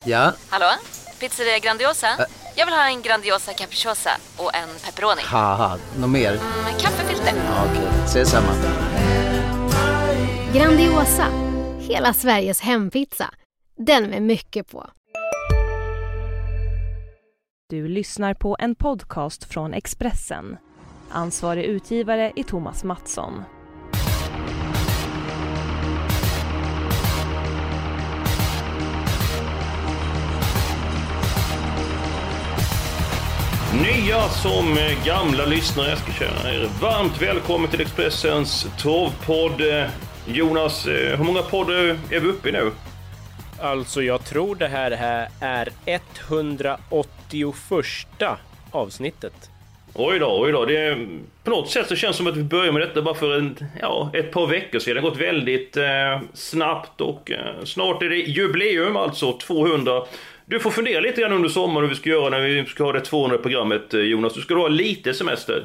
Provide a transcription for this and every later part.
Ja? Hallå? Pizzeria Grandiosa? Jag vill ha en Grandiosa capriciosa och en pepperoni. Haha, något mer? Kaffefilter. Ja, okej, ses samma. Grandiosa, hela Sveriges hempizza. Den med mycket på. Du lyssnar på en podcast från Expressen. Ansvarig utgivare är Thomas Mattsson. Nya som gamla lyssnare, jag ska köra er varmt välkommen till Expressens torvpodd. Jonas, hur många poddar är vi uppe i nu? Alltså jag tror det här är 181 avsnittet. Oj då. Det är, på något sätt så känns det som att vi börjar med detta bara för ett par veckor sedan. Det har gått väldigt snabbt och snart är det jubileum, alltså 200. Du får fundera lite grann under sommaren hur vi ska göra när vi ska ha det 200-programmet, Jonas. Du ska ha lite semester.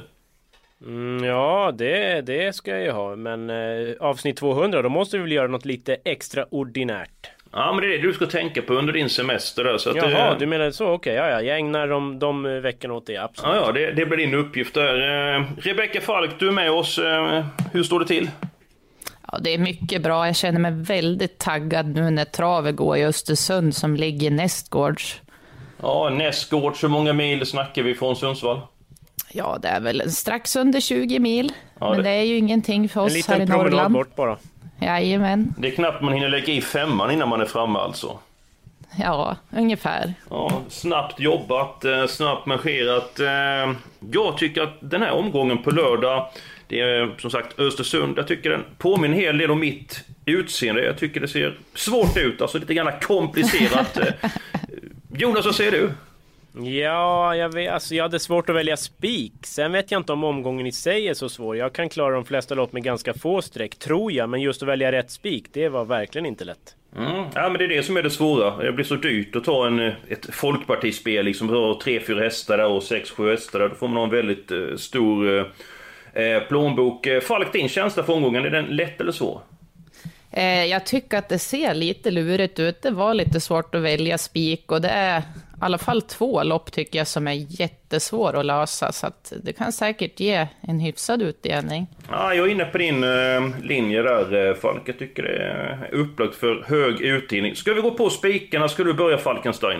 Ja, det ska jag ha. Men avsnitt 200, då måste vi väl göra något lite extraordinärt. Ja, men det är det du ska tänka på under din semester där. Så att jaha, du menar så? Okej, ja. Jag ägnar de veckorna åt det, absolut. Ja, det blir din uppgift där. Rebecka Falk, du är med oss. Hur står det till? Ja, det är mycket bra. Jag känner mig väldigt taggad nu när travet går i Östersund som ligger nästgårds. Ja, nästgårds. Hur många mil snackar vi från Sundsvall? Ja, det är väl strax under 20 mil. Ja, men det är ju ingenting för oss här i Norrland. En liten promenad bort bara. Jajamän. Det är knappt man hinner lägga i 5 innan man är framme alltså. Ja, ungefär. Ja, snabbt jobbat, snabbt marscherat. Jag tycker att den här omgången på lördag, det är som sagt Östersund. Jag tycker den påminner en hel del om mitt utseende. Jag tycker det ser svårt ut, alltså lite grann komplicerat. Jonas, vad säger du? Ja, jag hade svårt att välja spik. Sen vet jag inte om omgången i sig är så svår. Jag kan klara de flesta lopp med ganska få streck, tror jag. Men just att välja rätt spik, det var verkligen inte lätt. Ja, men det är det som är det svåra. Det blir så dyrt att ta ett folkpartispel liksom, 3-4 hästar där och 6-7 hästar där. Då får man ha en väldigt stor plånbok. Falk, din känsla för omgången, är den lätt eller svår? Jag tycker att det ser lite lurigt ut. Det var lite svårt att välja spik och det är i alla fall 2 lopp tycker jag som är jättesvår att lösa, så att det kan säkert ge en hyfsad utdelning. Ja, jag är inne på din linje där, Falk. Jag tycker det är upplagt för hög utdelning. Ska vi gå på spikarna? Ska du börja, Falkenstein?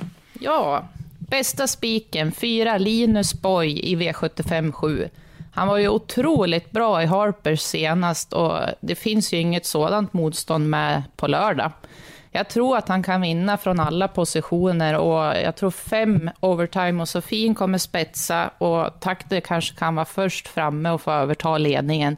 Ja, bästa spiken 4 Linus Boy i V75-7. Han var ju otroligt bra i Harpers senast och det finns ju inget sådant motstånd med på lördag. Jag tror att han kan vinna från alla positioner och jag tror 5 Overtime och Sofin kommer spetsa och Takter kanske kan vara först framme och få överta ledningen.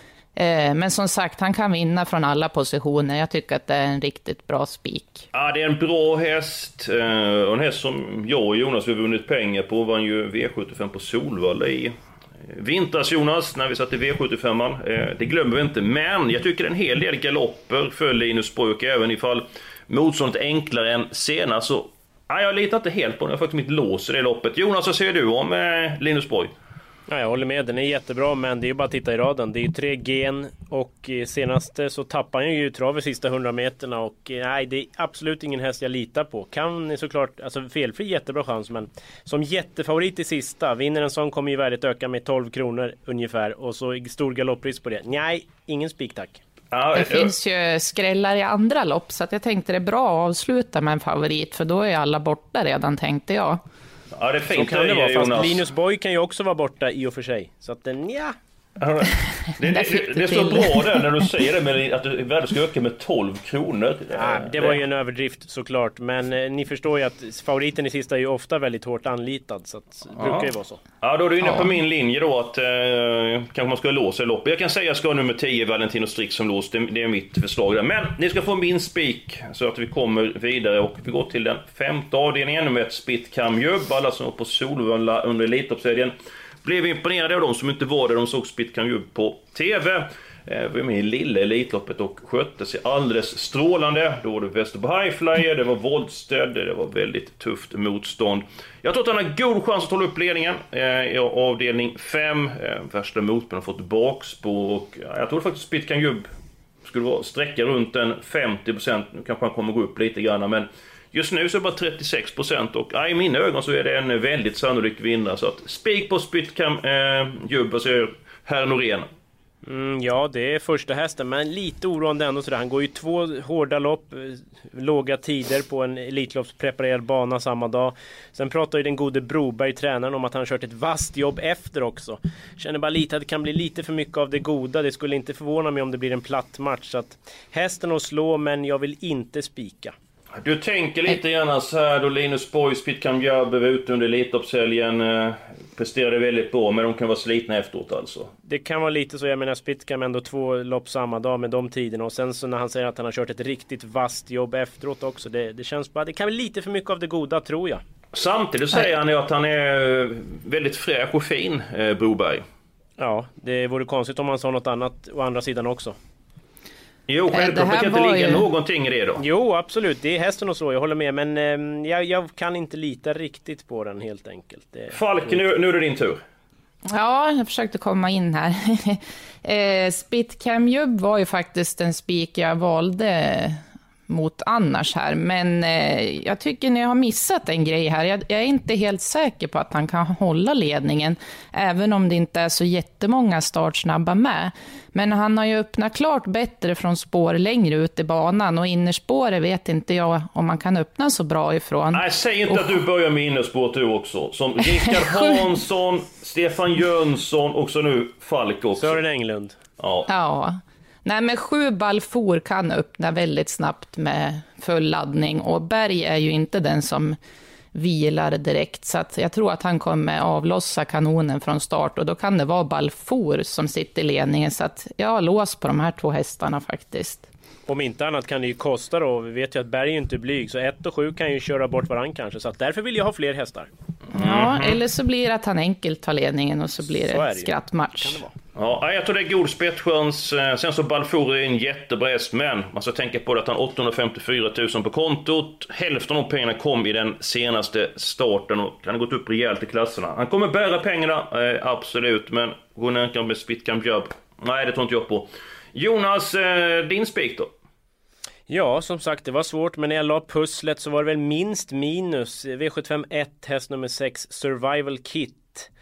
Men som sagt, han kan vinna från alla positioner. Jag tycker att det är en riktigt bra spik. Ja, det är en bra häst. Och en häst som jag och Jonas har vunnit pengar på var ju V75 på Solvalla i vintras, Jonas, när vi satt i V75. Det glömmer vi inte. Men jag tycker en hel del galopper för Linus Boy, och även ifall motståndet är enklare än senast. Så jag litar inte helt på den. Jag har faktiskt mitt lås i det loppet. Jonas, vad säger du om Linus Boy? Ja, jag håller med, den är jättebra, men det är ju bara att titta i raden. Det är ju 3 gen och senast så tappar han ju trav i sista 100 meterna och nej, det är absolut ingen häst jag litar på. Kan såklart, alltså felfri jättebra chans, men som jättefavorit i sista, vinner en sån kommer ju värdet öka med 12 kronor ungefär och så stor galopppris på det. Nej, ingen spik tack. Det finns ju skrällar i andra lopp, så att jag tänkte det är bra att avsluta med en favorit, för då är alla borta redan, tänkte jag. Ja, det är fint. Så kan det vara, fast Linus Boy kan ju också vara borta i och för sig. Så att den, ja. Det står bra där när du säger det, med att värdet ska öka med 12 kronor. Ja, det var ju en överdrift såklart. Men ni förstår ju att favoriten i sista är ju ofta väldigt hårt anlitad. Så att det brukar ju vara så. Ja, då är du inne på min linje då att kanske man ska låsa loppet. Jag kan säga att jag ska ha nummer 10 Valentino Strix som lås. Det är mitt förslag där. Men ni ska få min spik så att vi kommer vidare. Och vi går till den 5:e avdelningen med ett Spitcam Jubb. Alla som var på Solvalla under Elitloppsserien blev imponerade av de som inte var där. De såg Spitcam Jubb på TV. Vi var med i lilla Elitloppet och skötte sig alldeles strålande. Då var det Västerbo Highflyer, det var Voldsted, det var väldigt tufft motstånd. Jag tror att han har god chans att hålla upp ledningen i avdelning 5. Värsta motben har fått bakspår och jag tror faktiskt Spitcam Jubb skulle vara sträcka runt en 50%. Nu kanske han kommer gå upp lite grann, men Just nu så är det bara 36% och i mina ögon så är det en väldigt sannolik vinnare. Så att spik på Spitcam Jubba, säger herr Norén. Ja, det är första hästen, men lite oroande ändå sådär. Han går ju 2 hårda lopp, låga tider på en elitloppspreparerad bana samma dag. Sen pratar ju den gode Broberg, tränaren, om att han har kört ett vasst jobb efter också. Känner bara lite att det kan bli lite för mycket av det goda. Det skulle inte förvåna mig om det blir en platt match. Så att hästen att slå, men jag vill inte spika. Du tänker lite gärna så här då Linus Borg, Spitcam Jubba var ute under elitloppshelgen, presterade väldigt bra, men de kan vara slitna efteråt alltså. Det kan vara lite så, jag menar Spitcam ändå 2 lopp samma dag med de tiderna, och sen så när han säger att han har kört ett riktigt vasst jobb efteråt också, det känns bara, det kan bli lite för mycket av det goda, tror jag. Samtidigt säger han ju att han är väldigt fräsch och fin, Broberg. Ja, det vore konstigt om han sa något annat å andra sidan också. Jo, självklart, det kan inte ligga någonting i det då. Jo, absolut, det är hästen och så, jag håller med. Men jag kan inte lita riktigt på den helt enkelt. Falk, nu är det din tur. Ja, jag försökte komma in här. Spitcam Jubba var ju faktiskt en spik jag valde mot annars här. Men jag tycker ni har missat en grej här. Jag är inte helt säker på att han kan hålla ledningen, även om det inte är så jättemånga startsnabba med. Men han har ju öppnat klart bättre från spår längre ut i banan, och innerspåret vet inte jag om man kan öppna så bra ifrån. Nej, säg inte att du börjar med innerspåret du också. Som Rickard Hansson, Stefan Jönsson och så nu Falk också. Sören Englund. Ja. Nej, men 7 Balfour kan öppna väldigt snabbt med full laddning, och Berg är ju inte den som vilar direkt, så att jag tror att han kommer avlossa kanonen från start, och då kan det vara Balfour som sitter i ledningen, så att jag har lås på de här 2 hästarna faktiskt. Om inte annat kan det ju kosta då. Vi vet ju att Berg är inte blyg, så 1 och 7 kan ju köra bort varann kanske, så att därför vill jag ha fler hästar. Ja, eller så blir det att han enkelt tar ledningen och så blir det skrattmatch. Ja, jag tror det är god spetschans. Sen så Balfour är en jättebra häst, men man ska tänka på att han har 854 000 på kontot. Hälften av pengarna kom i den senaste starten och han har gått upp rejält i klasserna. Han kommer bära pengarna, absolut, men hon är inte med Spitcam Jubba. Nej, det tror inte jag på. Jonas, din spik då? Ja, som sagt, det var svårt, men när jag la pusslet så var det väl minst minus. V751, häst nummer 6, Survival Kit.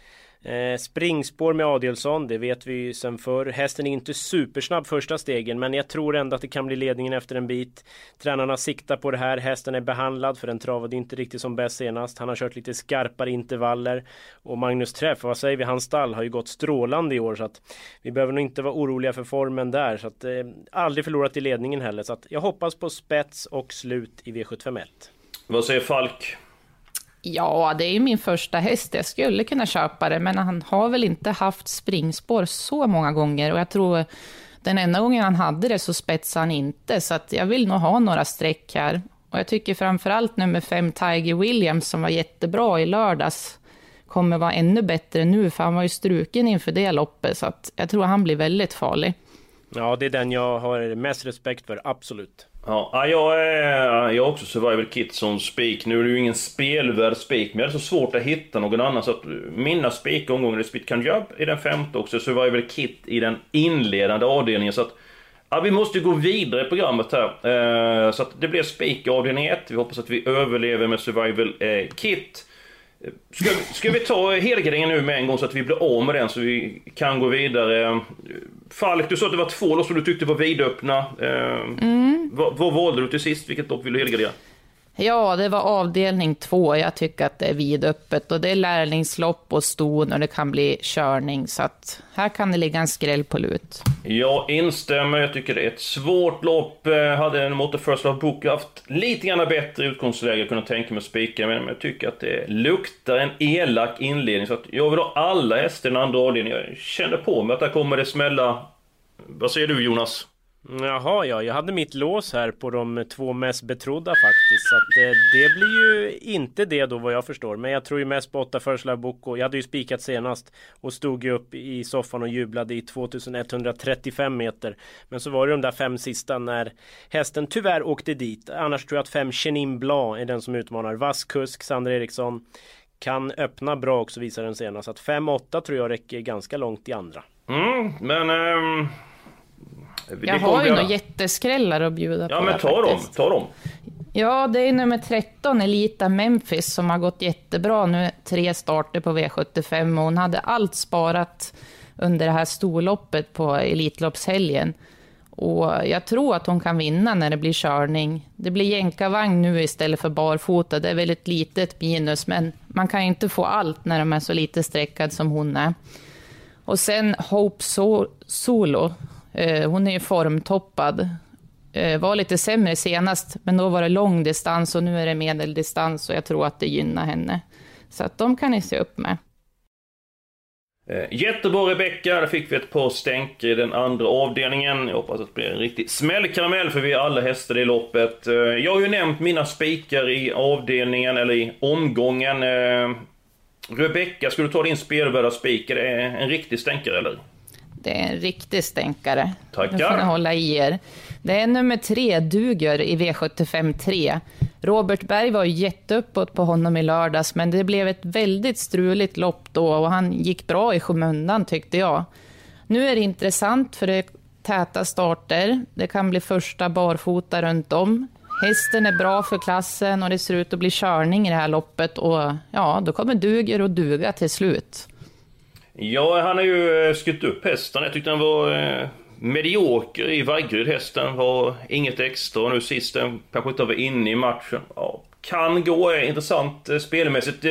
Springspår med Adielsson, det vet vi ju sen förr. Hästen är inte supersnabb första stegen, men jag tror ändå att det kan bli ledningen efter en bit. Tränarna siktar på det här. Hästen är behandlad, för den travade inte riktigt som bäst senast. Han har kört lite skarpare intervaller. Och Magnus Träff, vad säger vi, hans stall har ju gått strålande i år, så att vi behöver nog inte vara oroliga för formen där. Så att aldrig förlorat i ledningen heller. Så att jag hoppas på spets och slut i V751. Vad säger Falk? Ja, det är ju min första häst. Jag skulle kunna köpa det, men han har väl inte haft springspår så många gånger. Och jag tror den enda gången han hade det så spetsade han inte. Så att jag vill nog ha några streck här. Och jag tycker framförallt nummer 5, Tiger Williams, som var jättebra i lördags, kommer vara ännu bättre nu. För han var ju struken inför det loppet. Så att jag tror han blir väldigt farlig. Ja, det är den jag har mest respekt för, absolut. Ja, jag är också Survival Kit som spik. Nu är det ju ingen spelvärd spik, men det är så svårt att hitta någon annan. Så att mina spikomgångar är Spitcam Jubba i den 5:e och Survival Kit i den inledande avdelningen. Så att vi måste gå vidare i programmet här. Så att det blir spik i avdelning 1. Vi hoppas att vi överlever med Survival Kit. Ska vi ta helgarderingen nu med en gång så att vi blir av med den så vi kan gå vidare. Falk, du sa att det var 2 lopp som du tyckte var vidöppna. Vad valde du till sist? Vilket lopp vill du helgardera? Ja, det var avdelning 2. Jag tycker att det är vidöppet och det är lärlingslopp och ston och det kan bli körning. Så att här kan det ligga en skräll på lut. Jag instämmer, jag tycker det är ett svårt lopp. Hade en Motor First Love Book haft lite grann bättre utgångsläge, kunna tänka mig att spika, men jag tycker att det luktar en elak inledning. Så att jag vill ha alla hästar i den andra avdelningen. Jag känner på mig att där kommer det smälla. Vad säger du, Jonas? Jaha, ja, jag hade mitt lås här på de 2 mest betrodda faktiskt. Så att det blir ju inte det då vad jag förstår. Men jag tror ju mest på 8 First Love Book. Jag hade ju spikat senast och stod ju upp i soffan och jublade i 2135 meter. Men så var det de där 5 sista när hästen tyvärr åkte dit. Annars tror jag att 5 Chenin Blanc är den som utmanar. Vasskusk, Sandra Eriksson kan öppna bra också, visar den senast. Så att 5-8 tror jag räcker ganska långt i andra. Men... jag har ju några jätteskrällar att bjuda på. Ja, men ta dem. Ja, det är nummer 13, Elita Memphis, som har gått jättebra nu. 3 starter på V75 och hon hade allt sparat under det här storloppet på Elitloppshelgen. Och jag tror att hon kan vinna när det blir körning. Det blir jänkarvagn nu istället för barfota. Det är väl ett litet minus, men man kan ju inte få allt när de är så lite sträckad som hon är. Och sen Hope Solo. Hon är ju formtoppad. Var lite sämre senast, men då var det lång distans och nu är det medeldistans och jag tror att det gynnar henne. Så att de kan ni se upp med. Jättebra Rebecka, där fick vi ett par stänk i den andra avdelningen. Jag hoppas att det blir en riktig smällkaramell för vi är alla hästar i loppet. Jag har ju nämnt mina spikar i avdelningen eller i omgången. Rebecka, skulle du ta din spelvärda spikar? Det är en riktig stänkare eller? Det är en riktig stänkare. Tackar. Nu får ni hålla i er. Det är nummer 3, Duger i V75 3. Robert Berg var ju jätteuppåt på honom i lördags, men det blev ett väldigt struligt lopp då och han gick bra i skymundan tyckte jag. Nu är det intressant för det är täta starter. Det kan bli första barfota runt om. Hästen är bra för klassen och det ser ut att bli körning i det här loppet och ja, då kommer Duger och duga till slut. Ja, han har ju skutt upp hästen. Jag tyckte han var medioker i Vaggryd. Hästen var inget extra. Nu sist kanske inte var inne i matchen. Ja, kan gå intressant spelmässigt.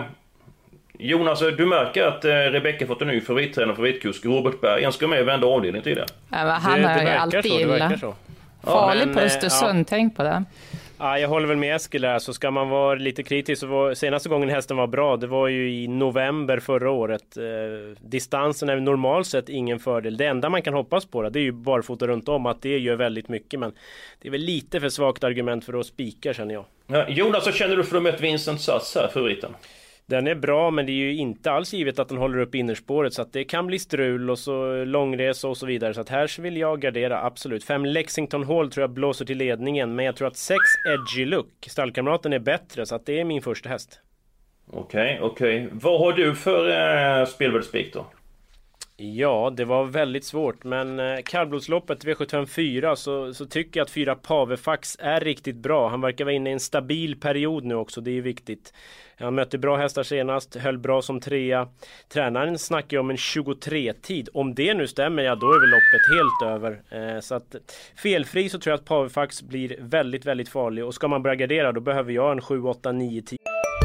Jonas, du märker att Rebecka fått en ny favorittränare, favoritkusk. Robert Berg, han ska med vända avdelning till det. Ja, han är ju alltid illa. Farlig på Östersund, tänk på det. Ja, jag håller väl med Eskil där, så ska man vara lite kritisk så var senaste gången hästen var bra, det var ju i november förra året. Distansen är normalt sett ingen fördel. Det enda man kan hoppas på det är ju barfota runt om, att det gör väldigt mycket, men det är väl lite för svagt argument för att spika, känner jag. Ja, Jonas, så känner du för att möta Vincent Sass här, favoriten? Den är bra, men det är ju inte alls givet att den håller upp innerspåret, så att det kan bli strul och så långresa och så vidare, så att här vill jag gardera, absolut. 5 Lexington Hall tror jag blåser till ledningen, men jag tror att 6 Edgy Look, stallkamraten, är bättre, så att det är min första häst. Okej. Vad har du för spelvärdsspik då? Ja, det var väldigt svårt, men kallblodsloppet V754 så tycker jag att 4 Pavefax är riktigt bra. Han verkar vara inne i en stabil period nu också, det är viktigt. Han mötte bra hästar senast, höll bra som 3. Tränaren snackar ju om en 23-tid. Om det nu stämmer, ja, då är väl loppet helt över. Så att felfri så tror jag att Pavefax blir väldigt, väldigt farlig. Och ska man börja gardera, då behöver jag en 7, 8, 9, 10.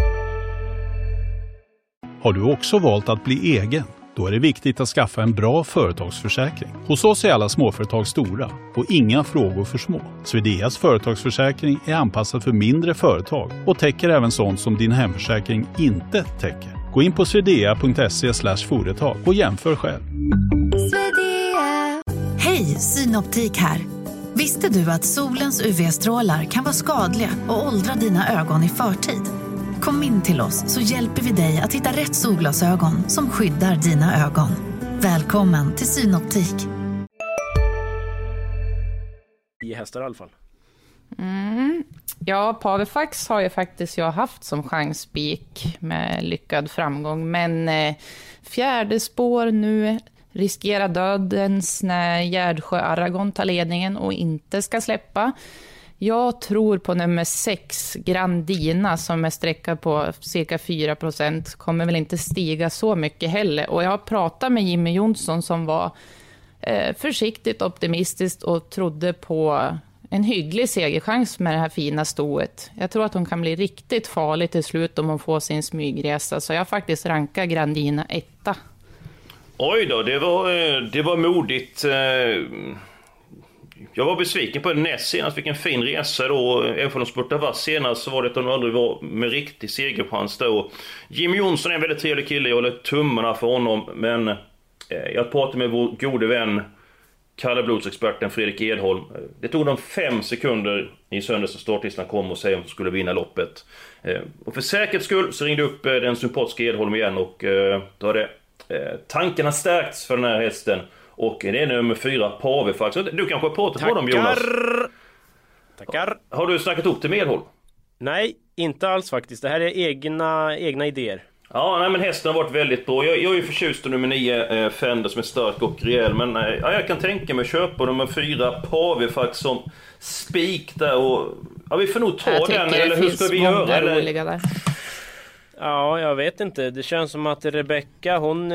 Har du också valt att bli egen? Då är det viktigt att skaffa en bra företagsförsäkring. Hos oss är alla småföretag stora och inga frågor för små. Swedeas företagsförsäkring är anpassad för mindre företag och täcker även sånt som din hemförsäkring inte täcker. Gå in på swedea.se/företag och jämför själv. Hej, Synoptik här. Visste du att solens UV-strålar kan vara skadliga och åldra dina ögon i förtid? Kom in till oss så hjälper vi dig att hitta rätt solglasögon som skyddar dina ögon. Välkommen till Synoptik. I hästar i alla fall. Ja, Pavefax har ju faktiskt jag haft som chansspik med lyckad framgång. Men fjärde spår nu riskerar dödens när Gärdsjö Aragon tar ledningen och inte ska släppa. Jag tror på nummer 6, Grandina, som är sträckad på cirka 4%. Kommer väl inte stiga så mycket heller. Och jag har pratat med Jimmy Jonsson som var försiktigt optimistisk och trodde på en hygglig segerchans med det här fina stoet. Jag tror att hon kan bli riktigt farlig till slut om hon får sin smygresa. Så jag faktiskt rankar Grandina 1. Oj då, det var modigt. Jag var besviken på näst senast, fick en fin resa då. Även om de spurtade vass senast så var det att de aldrig var med riktig segerchans då. Jimmy Jonsson är en väldigt trevlig kille, jag håller tummarna för honom. Men jag pratade med vår gode vän, kallblodsexperten Fredrik Edholm. Det tog dem 5 sekunder i söndags så startlistan kom och säga om de skulle vinna loppet. Och för säkerhets skull så ringde upp den sympatiska Edholm igen och då har det tankarna stärkts för den här hästen. Och det är nummer 4, Pavefax. Du kanske har pratat på dem, Jonas? Tackar. Har du snackat upp till Medhåll? Nej, inte alls faktiskt. Det här är egna idéer. Ja, nej, men hästen har varit väldigt bra. Jag är ju förtjust i nummer 9, Fender, som är stark och rejäl. Men ja, jag kan tänka mig köpa nummer 4, Pavefax, som spik där. Och Ja, vi får nog ta den, eller hur ska vi göra? Eller? Ja, jag vet inte. Det känns som att Rebecka, hon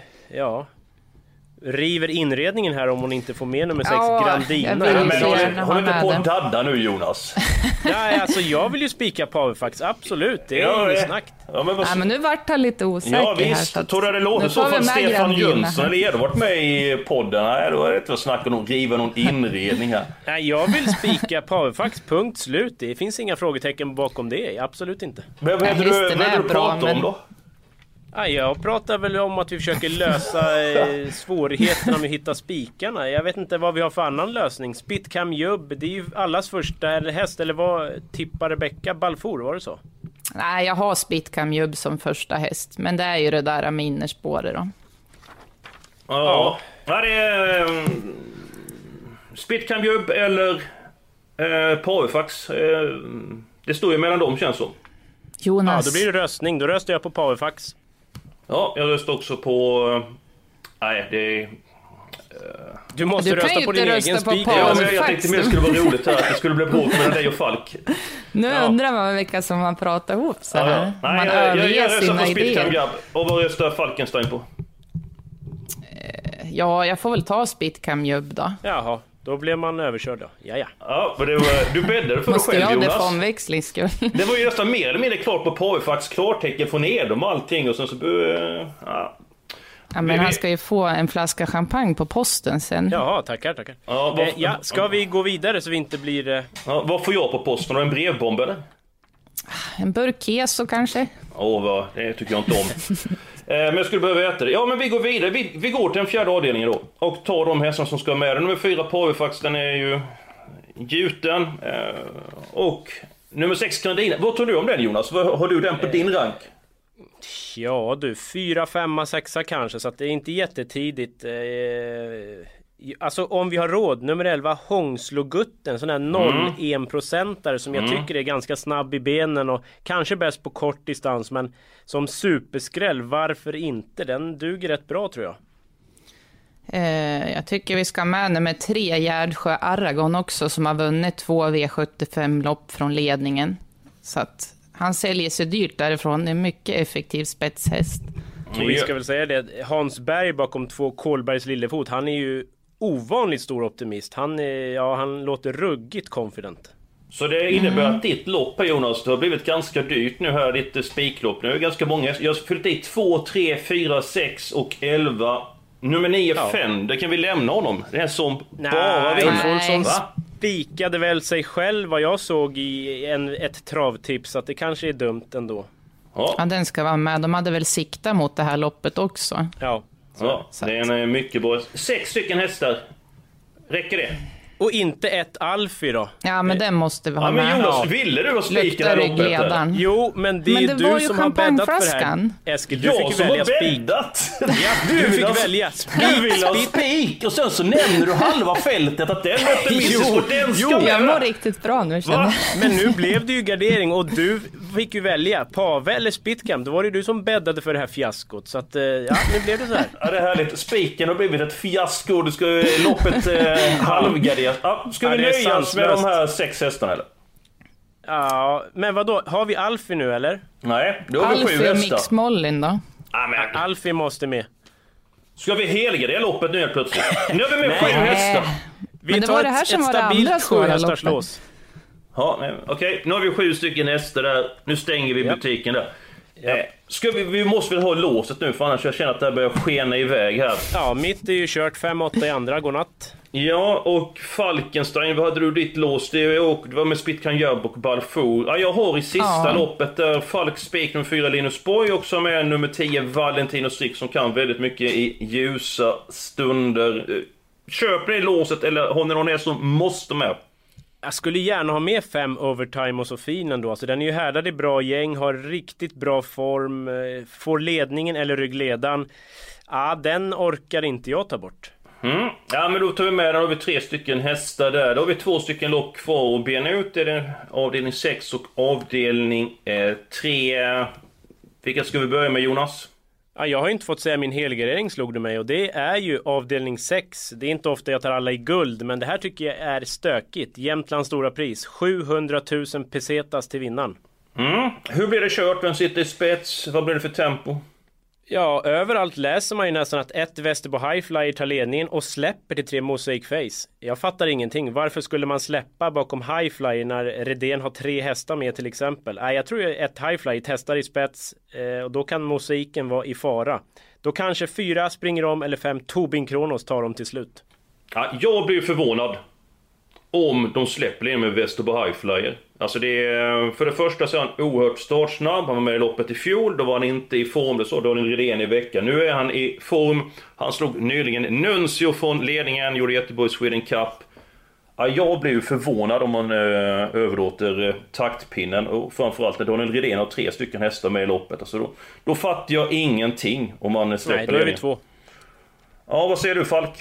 river inredningen här om hon inte får med nummer 6, Grandina. Men hon är inte på att dadda nu, Jonas. Nej, alltså jag vill ju spika Powerfax, absolut. Det är inget snack. Men nu vart han lite osäker här. Ja, visst. Tror du det låter så från Stefan Jönsson? Eller har du varit med i podden? Nej, då är det inte att snacka om att riva någon inredning här. Nej, jag vill spika Powerfax, punkt slut. Det finns inga frågetecken bakom det, absolut inte. Men vad är du pratar om då? Ja, jag pratar väl om att vi försöker lösa svårigheterna med att hitta spikarna. Jag vet inte vad vi har för annan lösning. Spitcam Jubb, det är ju allas första häst. Eller vad tippar Rebecka? Balfour, var det så? Nej, jag har Spitcam Jubb som första häst. Men det är ju det där med innerspåret då. Ja, det är Spitcam Jubb eller Powerfax. Det står ju mellan dem, känns som. Jonas. Ja, då blir det röstning. Då röstar jag på Powerfax. Ja, jag röstar också på... Nej, det är... Du måste rösta på din egen spik. Ja, men jag tänkte mer det skulle vara roligt här, att det skulle bli bråk mellan dig och Falk. Nu undrar man vilka som man pratar ihop så här. Nej, man jag röstar på Spitcam. Och vad röstar Falkenstein på? Ja, jag får väl ta Spitcam Jubb då. Jaha, då blev man överkörd då. Ja. Ja, men du bäddade för dig själv, Jonas. Måste jag det för omväxlings skull? Det var ju nästan mer eller mindre klart på Powerfax klartecken från Edom och allting. Och sen så... Ja, men han ska ju få en flaska champagne på posten sen. Jaha, tackar. Ska vi gå vidare så vi inte blir... Vad får jag på posten? En brevbomb eller? En burk keso kanske? Det tycker jag inte om. Men jag skulle behöva äta det. Ja, men vi går vidare. Vi går till den fjärde avdelningen då. Och tar de hästarna som ska med. Nummer 4 Powerfax, den är ju gjuten. Och nummer 6 Grandina. Vad tror du om den, Jonas? Har du den på din rank? Ja du, 4, 5, 6 kanske, så att det är inte jättetidigt. Alltså om vi har råd, nummer 11 Hångslogutten, sån här 0,1% som jag tycker är ganska snabb i benen och kanske bäst på kort distans, men som superskräll, varför inte? Den duger rätt bra tror jag. Jag tycker vi ska med nummer 3 Gärdsjö Aragon också, som har vunnit 2 V75-lopp från ledningen. Så att han säljer sig dyrt därifrån. Det är mycket effektiv spetshäst. Och vi ska väl säga det, Hans Berg bakom 2 Kolbergs Lillefot, han är ju ovanligt stor optimist. Han låter ruggigt confident. Så det innebär att ditt lopp här, Jonas, det har blivit ganska dyrt nu här, ditt spiklopp. Nu är det ganska många. Jag har fyllt i 2, 3, 4, 6 och 11. Nummer 9, 5. Det kan vi lämna honom. Det är som bara vinner. Spikade väl sig själv vad jag såg i ett travtips, att det kanske är dumt ändå. Ja, den ska vara med. De hade väl siktat mot det här loppet också. Ja, det är mycket bra. 6 stycken hästar. Räcker det? Och inte ett Alfie då? Ja, men den måste vi ha med. Men Jonas, ville du ha spikade loppet? Jo, men det är du som har bäddat för det här. Eskil, du fick ju välja spik. Du fick välja spik. Du vill ha spik och sen så nämner du halva fältet att den är optimistisk och den ska med. Jag mår riktigt bra nu, känner. Men nu blev det ju gardering och du fick ju välja Pave eller Spitcam. Då var det du som bäddade för det här fiaskot. Så att, nu blev det så här. Ja, det är härligt. Spiken har blivit ett fiasko. Du ska loppet halvgardera. Ja, ska vi nöja oss med de här 6 hästarna eller? Ja, men vadå? Har vi Alfie nu eller? Nej, då har vi 7 hästar. Alfie och Mix Mollin då? Ja, men Alfie måste med. Ska vi helgardera loppet nu helt plötsligt? Nu har vi med 7 hästar. Vi tar ett stabilt 7 hästars lås. Ja, okej. Nu har vi 7 stycken hästar där. Nu stänger vi butiken där. Vi måste väl ha låset nu, för annars jag känner att det här börjar skena iväg här. Ja, mitt är ju kört 5-8 i andra, godnatt. Ja, och Falkenstein, vad hade du ditt lås? Det var med Spitcam Jubb och Balfour. Ja, jag har i sista loppet där Falk spik nummer 4 Linus Borg, också med nummer 10 Valentino Strix, som kan väldigt mycket i ljusa stunder. Köper ni låset eller har ni någon här som måste med? Jag skulle gärna ha med 5 Overtime och Sofin ändå. Alltså, den är ju härdad i bra gäng, har riktigt bra form, får ledningen eller ryggledan. Ja, den orkar inte jag ta bort. Ja, men då tar vi med den. Då har vi 3 stycken hästar där. Då har vi 2 stycken lopp kvar och bena ut. Det är avdelning 6 och avdelning 3. Vilka ska vi börja med, Jonas? Ja, jag har inte fått säga min helgardering, slog du mig, och det är ju avdelning 6. Det är inte ofta jag tar alla i guld, men det här tycker jag är stökigt. Jämtlands stora pris, 700 000 pesetas till vinnaren. Hur blir det kört? Vem sitter i spets? Vad blir det för tempo? Ja, överallt läser man ju nästan att ett Västerbo Highflyer tar ledningen och släpper till 3 Mosaic Face. Jag fattar ingenting. Varför skulle man släppa bakom Highflyer när Redén har 3 hästar med till exempel? Jag tror ju ett Highflyer testar i spets och då kan Mosaiken vara i fara. Då kanske 4 springer om eller 5 Tobin Kronos tar dem till slut. Ja, jag blir förvånad om de släpper in med Västerbo Highflyer. Alltså det är, för det första så är han oerhört startsnabb. Han var med i loppet i fjol, då var han inte i form, det så Daniel Redén i veckan. Nu är han i form. Han slog nyligen Nuncio från ledningen, gjorde Göteborg Sweden Cup. Ja, jag blir ju förvånad om man överlåter taktpinnen, och framförallt när Daniel Redén har 3 stycken hästar med i loppet. Alltså då fattar jag ingenting om man släpper. Nej, då är vi 2. Ja, vad säger du, Falk?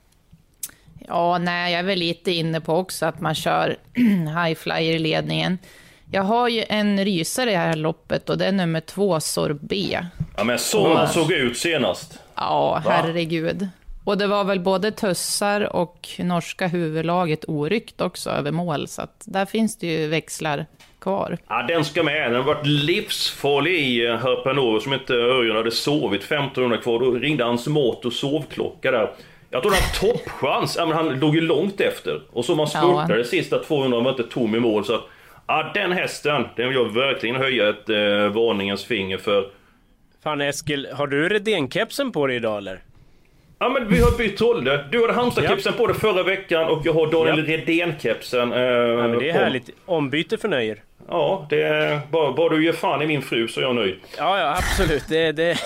Ja, nej, jag är väl lite inne på också att man kör Highflyer i ledningen. Jag har ju en rysare i det här loppet och det är nummer 2, Sorbet. Ja, men så han såg ut senast. Ja, herregud. Och det var väl både tussar och norska huvudlaget oryckt också över mål. Så att där finns det ju växlar kvar. Ja, den ska med. Den har varit livsfarlig i Herpenor som inte Örjan hade sovit. 1500 kvar, då ringde hans mat och sovklocka där. Jag tror han hade toppchans, men han låg ju långt efter. Och så man spurtade sista 200, var inte tom i mål. Så att, den hästen, den vill jag verkligen höja ett varningens finger för. Fan Eskil, har du Redén-kepsen på dig idag eller? Ja, men vi har bytt roll. Du hade Halmstad-kepsen på dig förra veckan och jag har Daniel Redén-kepsen. Ja, men det är härligt. Ombyte förnöjer. Ja, det är bara du ger fan i min fru så är jag nöjd. Ja, absolut. Det...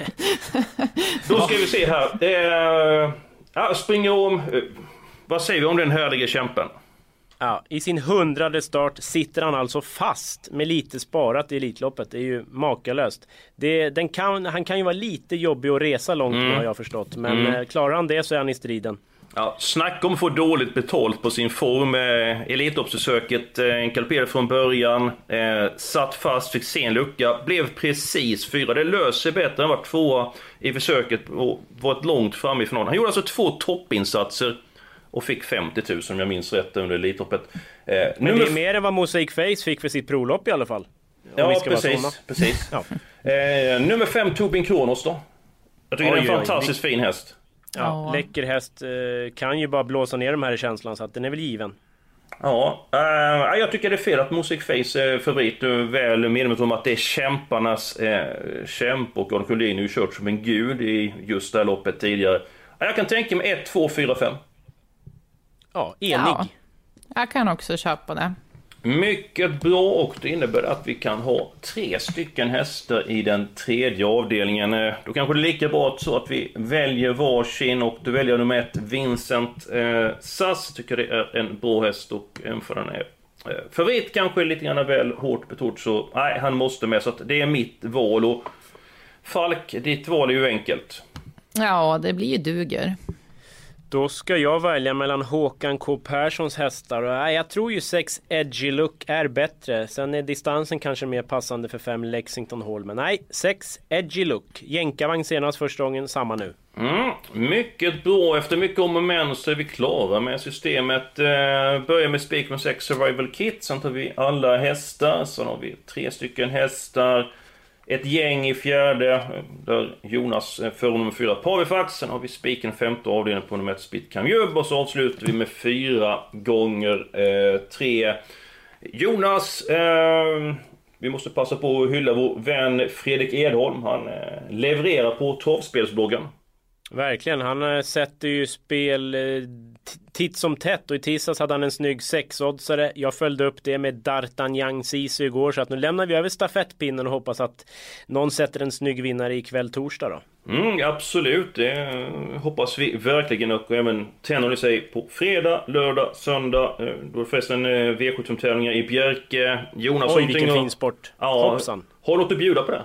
Då ska vi se här. Springer om. Vad säger vi om den härliga kämpen? Ja, i sin 100:e start sitter han alltså fast med lite sparat i Elitloppet. Det är ju makalöst. Han kan ju vara lite jobbig att resa långt har jag förstått. Men klarar han det så är han i striden. Ja, snacka om att få dåligt betalt på sin form. Elitloppsförsöket, en kalper från början, satt fast, fick se en lucka, blev precis 4. Det löser bättre än var 2 i försöket och varit långt fram i finalen. Han gjorde alltså 2 toppinsatser och fick 50 000 om jag minns rätt under Elitloppet. Men det är mer än vad Mosaic Face fick för sitt provlopp i alla fall. Ja, precis. Ja. Nummer 5, Tobin Kronos då. Jag tycker det är en fantastiskt fin häst. Ja, läcker häst, kan ju bara blåsa ner de här i känslan, så att den är väl given. Ja, jag tycker det är fel att Mosaic Face är favorit. Du är väl medveten om att det är kämparnas kämp, och Jan Kullin har ju kört som en gud i just det här loppet tidigare. Jag kan tänka mig 1, 2, 4, 5. Ja, enig. Ja, jag kan också köpa det. Mycket bra, och det innebär att vi kan ha 3 stycken hästar i den 3:e avdelningen. Då kanske det är lika bra så att vi väljer varsin, och du väljer nummer 1, Vincent Sass. Tycker det är en bra häst, och för den är favorit kanske lite grann väl hårt betort, så nej, han måste med, så att det är mitt val. Och Falk, ditt val är ju enkelt. Ja, det blir ju Duger. Då ska jag välja mellan Håkan K. Perssons hästar. Och jag tror ju 6 Edgy Look är bättre. Sen är distansen kanske mer passande för 5 Lexington Hall. Men nej, 6 Edgy Look. Jänkarvagn senast första gången, samma nu. Mycket bra. Efter mycket om och men så är vi klara med systemet. Börjar med spik med 6 Survival Kit. Sen tar vi alla hästar. Sen har vi 3 stycken hästar. Ett gäng i 4:e, där Jonas för nummer 4 Pavifax. Sen har vi spiken 5:e avdelningen på nummer 1 Spit Kamjöb. Och så avslutar vi med 4 gånger 3. Jonas, vi måste passa på att hylla vår vän Fredrik Edholm. Han levererar på travspelsbloggen. Verkligen, han sätter ju spel titt som tätt, och i tisdags hade han en snygg 6-oddsare. Jag följde upp det med D'Artagnan Sisu igår, så att nu lämnar vi över stafettpinnen och hoppas att någon sätter en snygg vinnare ikväll torsdag då. Absolut, det hoppas vi verkligen, och även tänder ni sig på fredag, lördag, söndag. Då är det förresten V75-tävlingar i Bjerke. Jonas, vilken fin sport. Ja, hoppsan. Har du något att bjuda på det?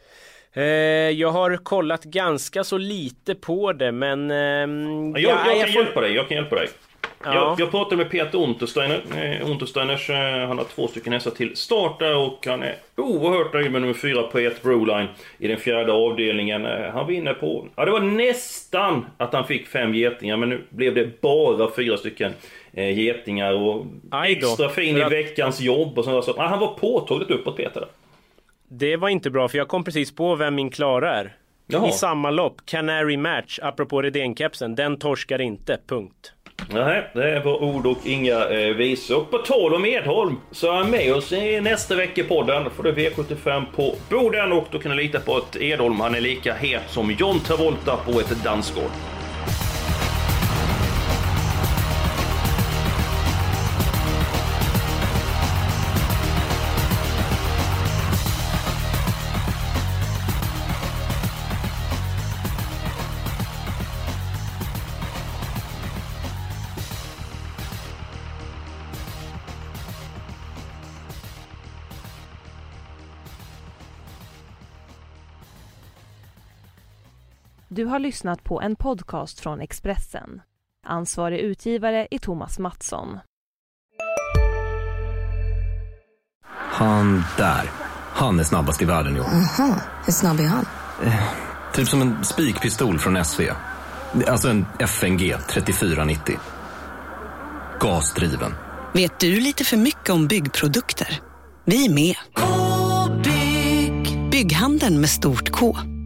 Jag har kollat ganska så lite på det, men jag kan hjälpa dig. Ja. Jag pratade med Peter Untersteiners, han har 2 stycken hästar till start där och han är oerhört nöjd med nummer 4 på ett Broline i den 4:e avdelningen. Han vinner på, det var nästan att han fick 5 getingar, men nu blev det bara 4 stycken getingar och extra fin i veckans jobb och sånt. Så han var påtagligt uppåt, Peter. Det var inte bra, för jag kom precis på vem min Klara är. Jaha. I samma lopp, Canary Match, apropå Redén-kepsen, den torskar inte, punkt. Nej, det var ord och inga visor. Och på tal om Edholm så är han med oss i nästa vecka på podden. Då får du V75 på Boden och då kan du lita på att Edholm, han är lika het som John Travolta på ett dansgolv. Du har lyssnat på en podcast från Expressen. Ansvarig utgivare är Thomas Mattsson. Han där. Han är snabbast i världen, jo. Aha, hur snabb är han? Typ som en spikpistol från SV. Alltså en FNG 3490. Gasdriven. Vet du lite för mycket om byggprodukter? Vi är med. Bygghandeln med stort K.